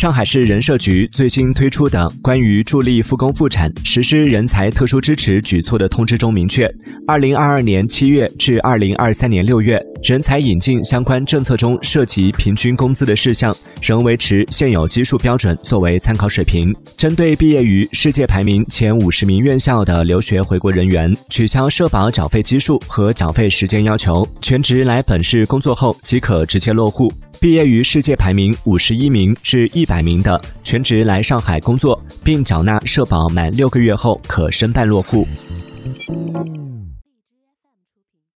上海市人社局最新推出的关于助力复工复产、实施人才特殊支持举措的通知中明确，2022年7月至2023年6月，人才引进相关政策中涉及平均工资的事项，仍维持现有基数标准作为参考水平。针对毕业于世界排名前50名院校的留学回国人员，取消社保缴费基数和缴费时间要求，全职来本市工作后即可直接落户。毕业于世界排名51名至100名的，全职来上海工作，并缴纳社保满6个月后可申办落户。